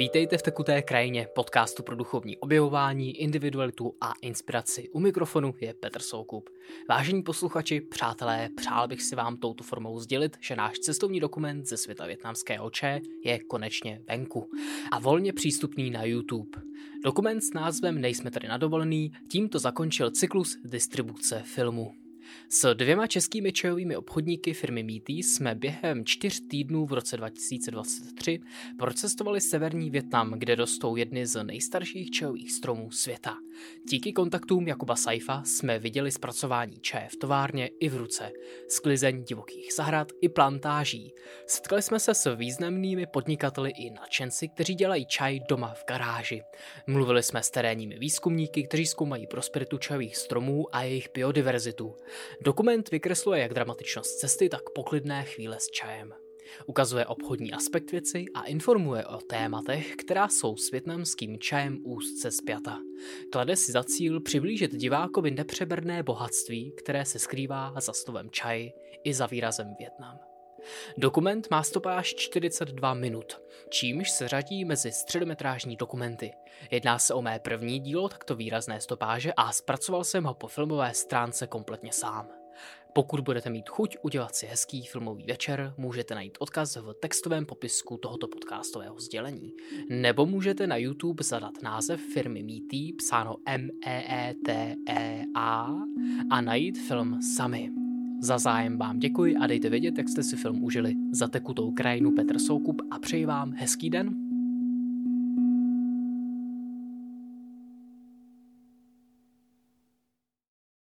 Vítejte v Tekuté krajině, podcastu pro duchovní objevování, individualitu a inspiraci. U mikrofonu je Petr Soukup. Vážení posluchači, přátelé, přál bych si vám touto formou sdělit, že náš cestovní dokument ze světa vietnamského čaje je konečně venku a volně přístupný na YouTube. Dokument s názvem Nejsme tady na dovolený tímto zakončil cyklus distribuce filmu. S 2 českými čajovými obchodníky firmy Métis jsme během 4 týdnů v roce 2023 procestovali severní Vietnam, kde rostou jedny z nejstarších čajových stromů světa. Díky kontaktům Jakuba Saifa jsme viděli zpracování čaje v továrně i v ruce, sklizeň divokých zahrad i plantáží. Setkali jsme se s významnými podnikateli i nadšenci, kteří dělají čaj doma v garáži. Mluvili jsme s terénními výzkumníky, kteří zkoumají prosperitu čajových stromů a jejich biodiverzitu. Dokument vykresluje jak dramatičnost cesty, tak poklidné chvíle s čajem. Ukazuje obchodní aspekt věci a informuje o tématech, která jsou s vietnamským čajem úzce spjata. Klade si za cíl přiblížit divákovi nepřeberné bohatství, které se skrývá za slovem čaj i za výrazem Vietnam. Dokument má stopáž 42 minut, čímž se řadí mezi středometrážní dokumenty. Jedná se o mé první dílo takto výrazné stopáže a zpracoval jsem ho po filmové stránce kompletně sám. Pokud budete mít chuť udělat si hezký filmový večer, můžete najít odkaz v textovém popisku tohoto podcastového sdělení. Nebo můžete na YouTube zadat název firmy Métis, psáno MEETEA, a najít film sami. Za zájem vám děkuji a dejte vědět, jak jste si film užili. Za Tekutou krajinu Petr Soukup a přeji vám hezký den.